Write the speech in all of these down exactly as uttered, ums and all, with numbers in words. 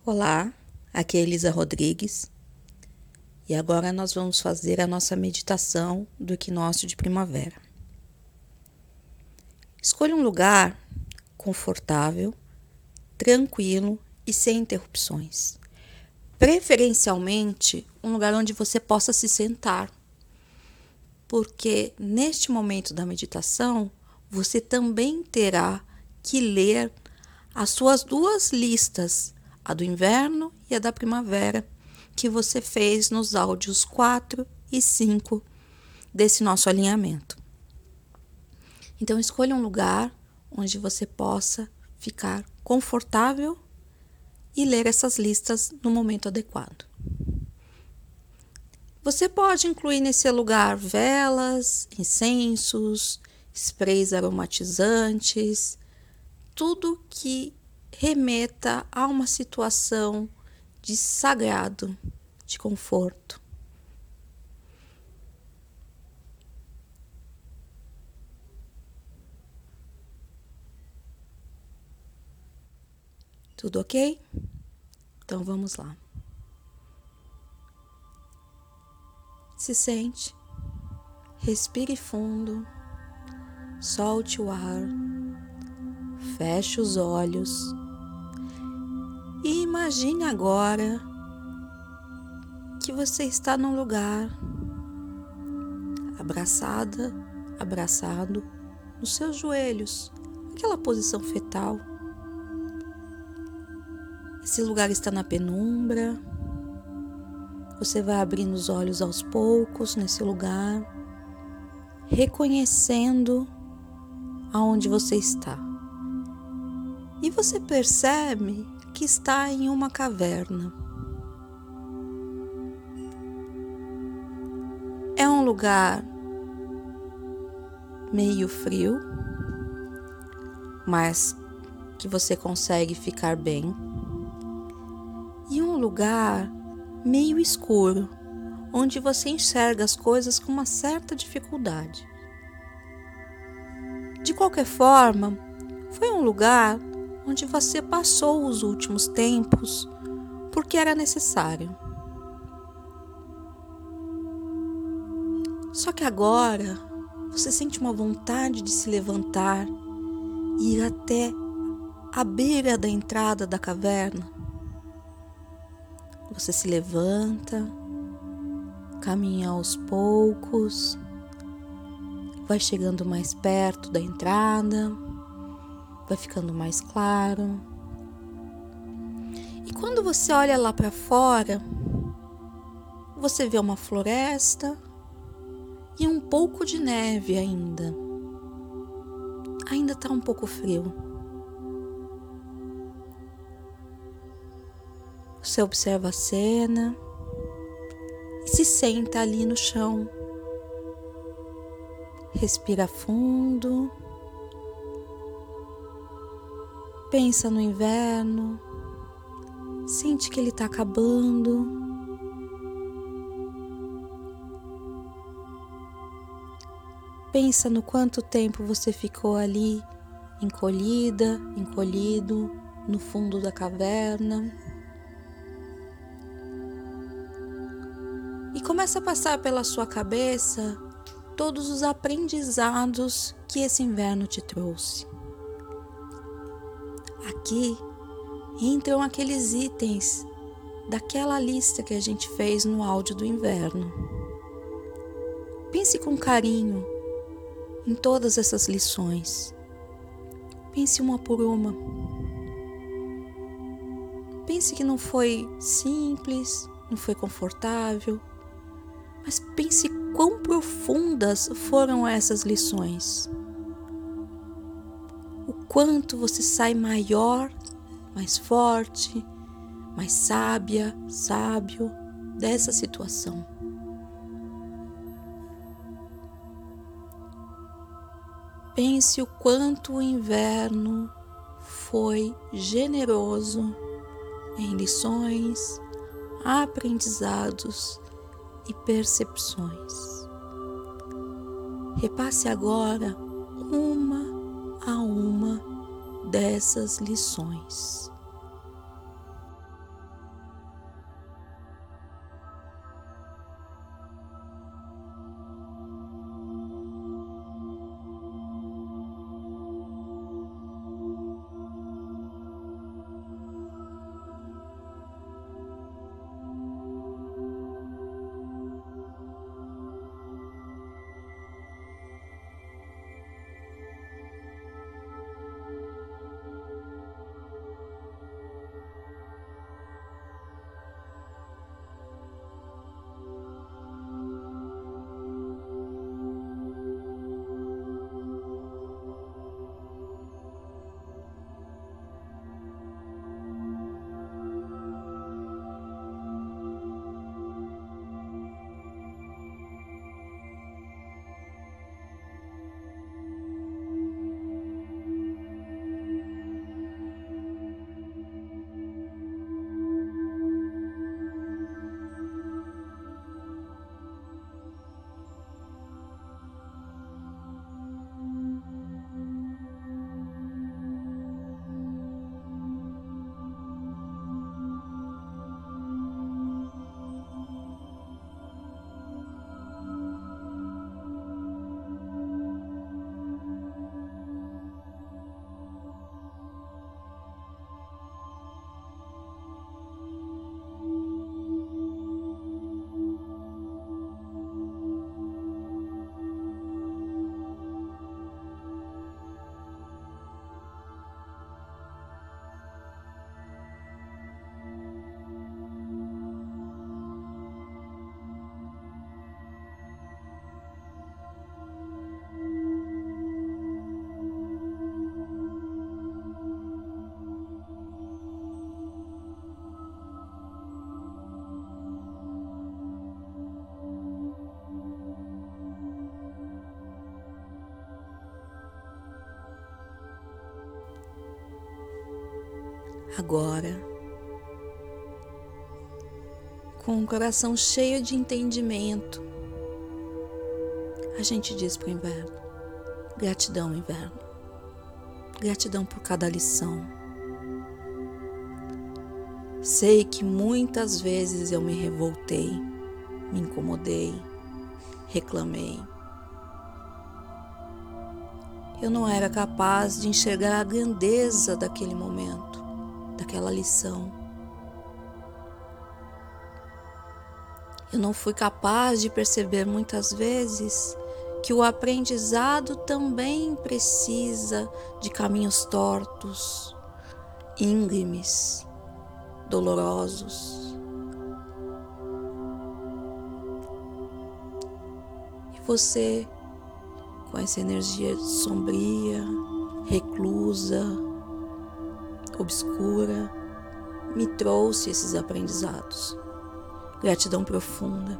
Olá, aqui é Elisa Rodrigues e agora nós vamos fazer a nossa meditação do equinócio de primavera. Escolha um lugar confortável, tranquilo e sem interrupções. Preferencialmente, um lugar onde você possa se sentar, porque neste momento da meditação você também terá que ler as suas duas listas, a do inverno e a da primavera, que você fez nos áudios quatro e cinco desse nosso alinhamento. Então, escolha um lugar onde você possa ficar confortável e ler essas listas no momento adequado. Você pode incluir nesse lugar velas, incensos, sprays aromatizantes, tudo que remeta a uma situação de sagrado, de conforto. Tudo ok? Então vamos lá. Se sente, respire fundo, solte o ar, feche os olhos e imagine agora que você está num lugar abraçada, abraçado nos seus joelhos, aquela posição fetal. Esse lugar está na penumbra. Você vai abrindo os olhos aos poucos nesse lugar, reconhecendo aonde você está. E você percebe que está em uma caverna. É um lugar meio frio, mas que você consegue ficar bem. E um lugar meio escuro, onde você enxerga as coisas com uma certa dificuldade. De qualquer forma, foi um lugar onde você passou os últimos tempos porque era necessário. Só que agora você sente uma vontade de se levantar e ir até a beira da entrada da caverna. Você se levanta, caminha aos poucos, vai chegando mais perto da entrada, vai ficando mais claro. E quando você olha lá para fora, você vê uma floresta e um pouco de neve ainda. Ainda está um pouco frio. Você observa a cena e se senta ali no chão. Respira fundo. Pensa no inverno. Sente que ele está acabando. Pensa no quanto tempo você ficou ali, encolhida, encolhido, no fundo da caverna. E começa a passar pela sua cabeça todos os aprendizados que esse inverno te trouxe. Aqui entram aqueles itens daquela lista que a gente fez no áudio do inverno. Pense com carinho em todas essas lições. Pense uma por uma. Pense que não foi simples, não foi confortável, mas pense quão profundas foram essas lições. O quanto você sai maior, mais forte, mais sábia, sábio dessa situação. Pense o quanto o inverno foi generoso em lições, aprendizados e percepções. Repasse agora uma a uma dessas lições. Agora, com o coração cheio de entendimento, a gente diz para o inverno: gratidão, inverno. Gratidão por cada lição. Sei que muitas vezes eu me revoltei, me incomodei, reclamei. Eu não era capaz de enxergar a grandeza daquele momento, daquela lição. Eu não fui capaz de perceber muitas vezes que o aprendizado também precisa de caminhos tortos, íngremes, dolorosos. E você, com essa energia sombria, reclusa, obscura, me trouxe esses aprendizados. Gratidão profunda.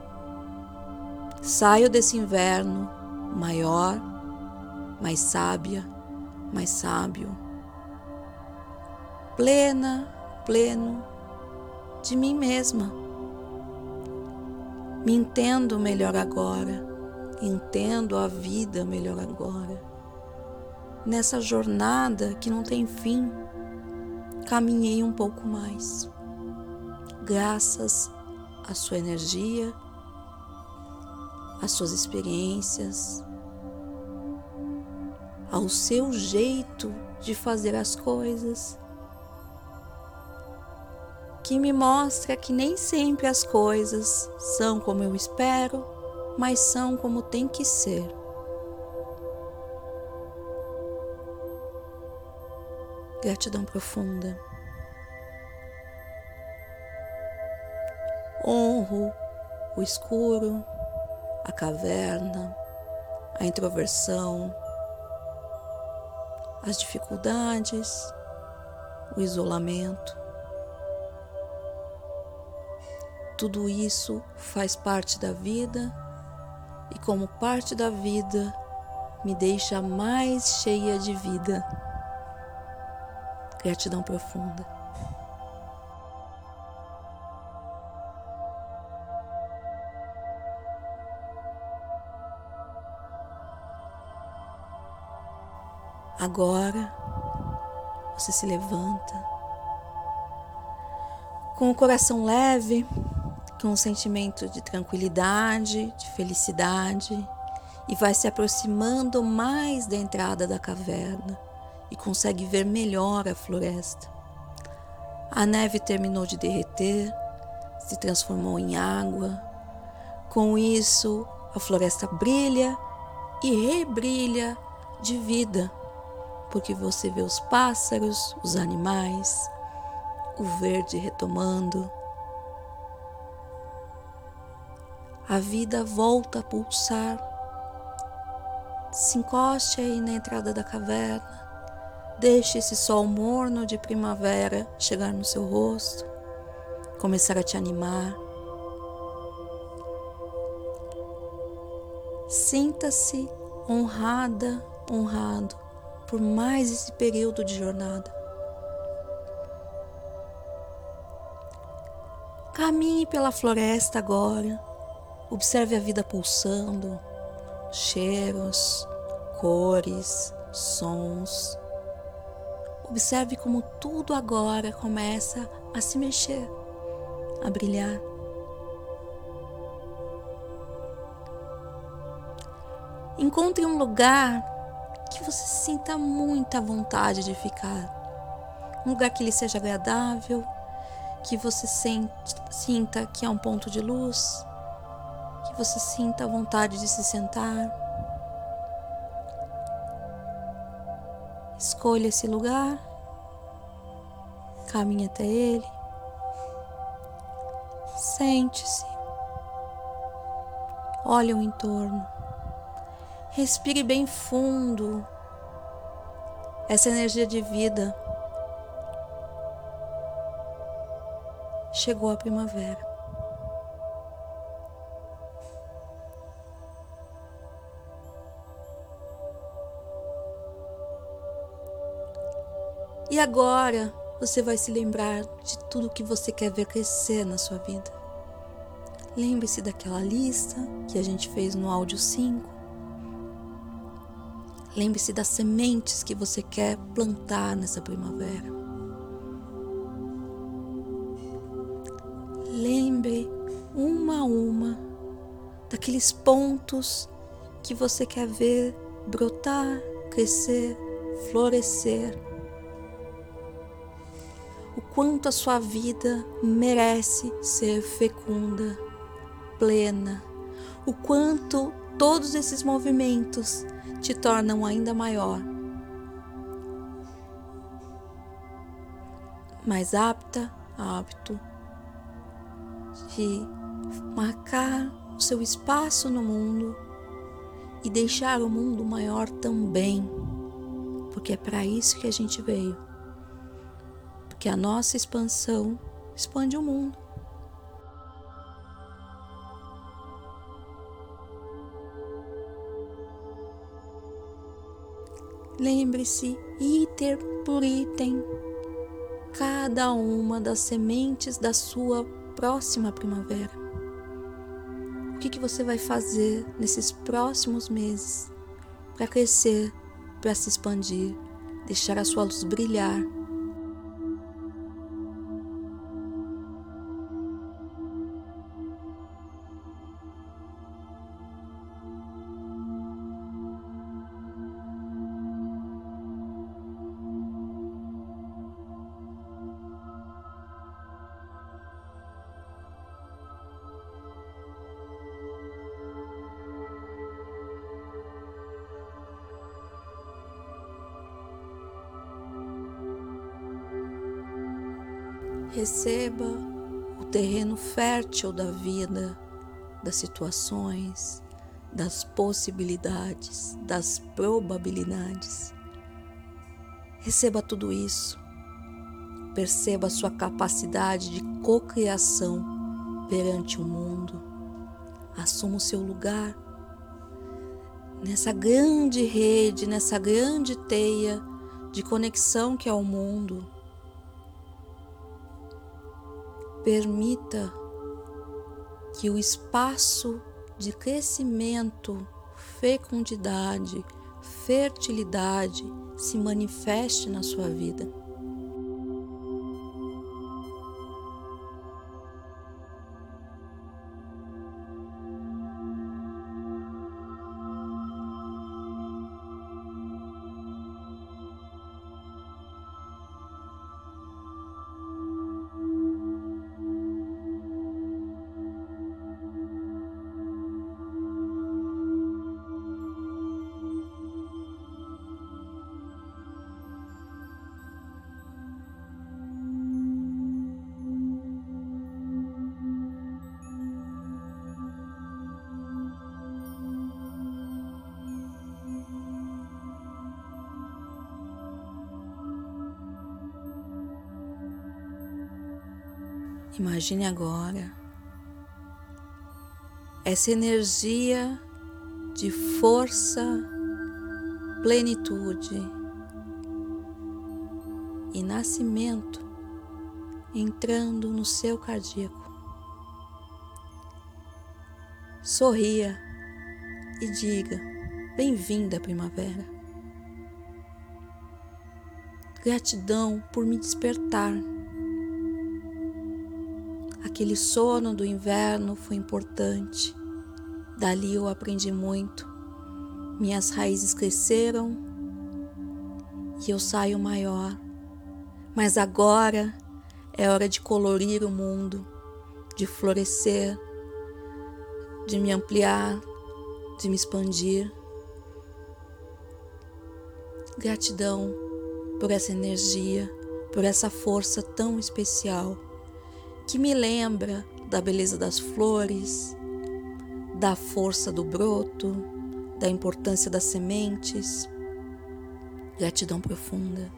Saio desse inverno maior, mais sábia, mais sábio, plena, pleno de mim mesma. Me entendo melhor agora, entendo a vida melhor agora. Nessa jornada que não tem fim, caminhei um pouco mais, graças à sua energia, às suas experiências, ao seu jeito de fazer as coisas, que me mostra que nem sempre as coisas são como eu espero, mas são como tem que ser. Gratidão profunda. Honro o escuro, a caverna, a introversão, as dificuldades, o isolamento. Tudo isso faz parte da vida e, como parte da vida, me deixa mais cheia de vida. Gratidão profunda. Agora, você se levanta com o coração leve, com um sentimento de tranquilidade, de felicidade, e vai se aproximando mais da entrada da caverna e consegue ver melhor a floresta. A neve terminou de derreter, se transformou em água. Com isso, a floresta brilha e rebrilha de vida, porque você vê os pássaros, os animais, o verde retomando. A vida volta a pulsar. Se encoste aí na entrada da caverna. Deixe esse sol morno de primavera chegar no seu rosto, começar a te animar. Sinta-se honrada, honrado por mais esse período de jornada. Caminhe pela floresta agora. Observe a vida pulsando, cheiros, cores, sons. Observe como tudo agora começa a se mexer, a brilhar. Encontre um lugar que você sinta muita vontade de ficar. Um lugar que lhe seja agradável, que você sinta que é um ponto de luz, que você sinta a vontade de se sentar. Escolha esse lugar, caminhe até ele, sente-se, olhe o entorno, respire bem fundo essa energia de vida. Chegou a primavera. E agora você vai se lembrar de tudo que você quer ver crescer na sua vida. Lembre-se daquela lista que a gente fez no áudio cinco. Lembre-se das sementes que você quer plantar nessa primavera. Lembre uma a uma daqueles pontos que você quer ver brotar, crescer, florescer. O quanto a sua vida merece ser fecunda, plena. O quanto todos esses movimentos te tornam ainda maior, mais apta, apto de marcar o seu espaço no mundo e deixar o mundo maior também, porque é para isso que a gente veio, porque a nossa expansão expande o mundo. Lembre-se, item por item, cada uma das sementes da sua próxima primavera. O que, que você vai fazer nesses próximos meses para crescer, para se expandir, deixar a sua luz brilhar? Receba o terreno fértil da vida, das situações, das possibilidades, das probabilidades. Receba tudo isso. Perceba a sua capacidade de cocriação perante o mundo. Assuma o seu lugar nessa grande rede, nessa grande teia de conexão que é o mundo. Permita que o espaço de crescimento, fecundidade, fertilidade se manifeste na sua vida. Imagine agora essa energia de força, plenitude e nascimento entrando no seu cardíaco. Sorria e diga: bem-vinda, primavera. Gratidão por me despertar. Aquele sono do inverno foi importante. Dali eu aprendi muito. Minhas raízes cresceram e eu saio maior. Mas agora é hora de colorir o mundo, de florescer, de me ampliar, de me expandir. Gratidão por essa energia, por essa força tão especial, que me lembra da beleza das flores, da força do broto, da importância das sementes. Gratidão profunda.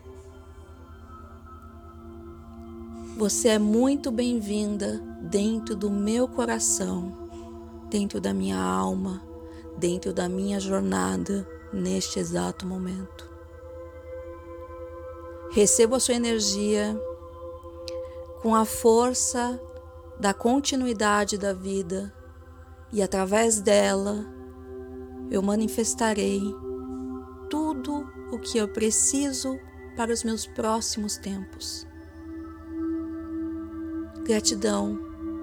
Você é muito bem-vinda dentro do meu coração, dentro da minha alma, dentro da minha jornada neste exato momento. Recebo a sua energia com a força da continuidade da vida e através dela eu manifestarei tudo o que eu preciso para os meus próximos tempos. Gratidão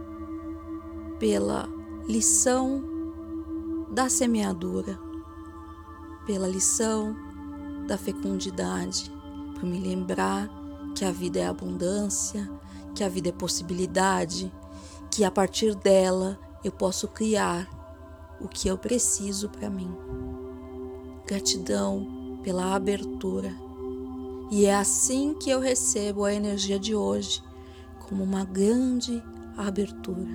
pela lição da semeadura, pela lição da fecundidade, por me lembrar que a vida é abundância, que a vida é possibilidade, que a partir dela eu posso criar o que eu preciso para mim. Gratidão pela abertura. E é assim que eu recebo a energia de hoje, como uma grande abertura.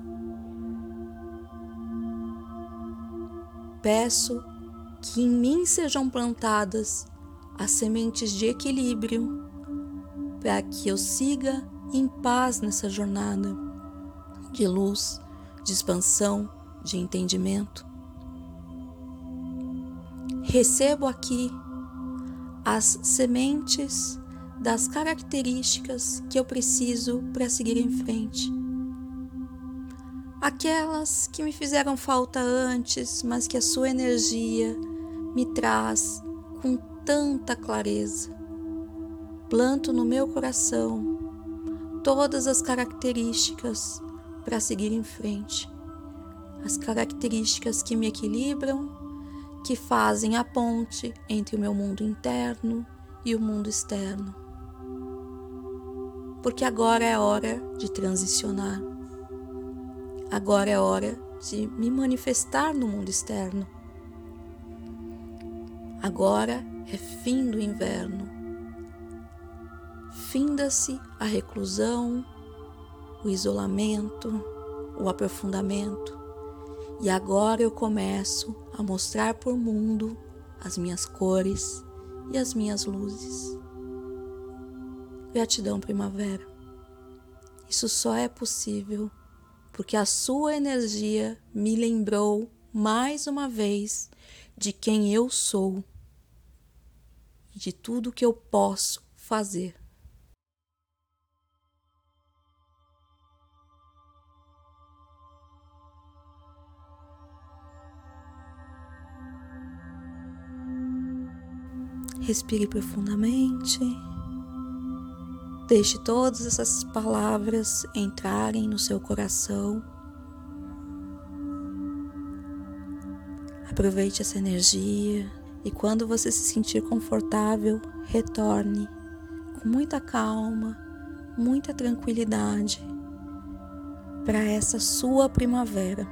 Peço que em mim sejam plantadas as sementes de equilíbrio para que eu siga em paz nessa jornada de luz, de expansão, de entendimento. Recebo aqui as sementes das características que eu preciso para seguir em frente. Aquelas que me fizeram falta antes, mas que a sua energia me traz com tanta clareza. Planto no meu coração todas as características para seguir em frente. As características que me equilibram, que fazem a ponte entre o meu mundo interno e o mundo externo. Porque agora é hora de transicionar. Agora é hora de me manifestar no mundo externo. Agora é fim do inverno. Finda-se a reclusão, o isolamento, o aprofundamento. E agora eu começo a mostrar para o mundo as minhas cores e as minhas luzes. Gratidão, primavera. Isso só é possível porque a sua energia me lembrou mais uma vez de quem eu sou e de tudo que eu posso fazer. Respire profundamente. Deixe todas essas palavras entrarem no seu coração. Aproveite essa energia e quando você se sentir confortável, retorne com muita calma, muita tranquilidade para essa sua primavera.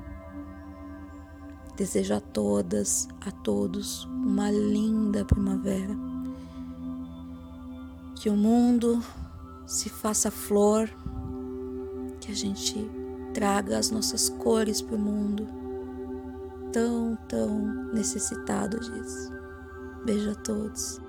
Desejo a todas, a todos uma linda primavera. Que o mundo se faça flor, que a gente traga as nossas cores para o mundo, tão, tão necessitado disso. Beijo a todos.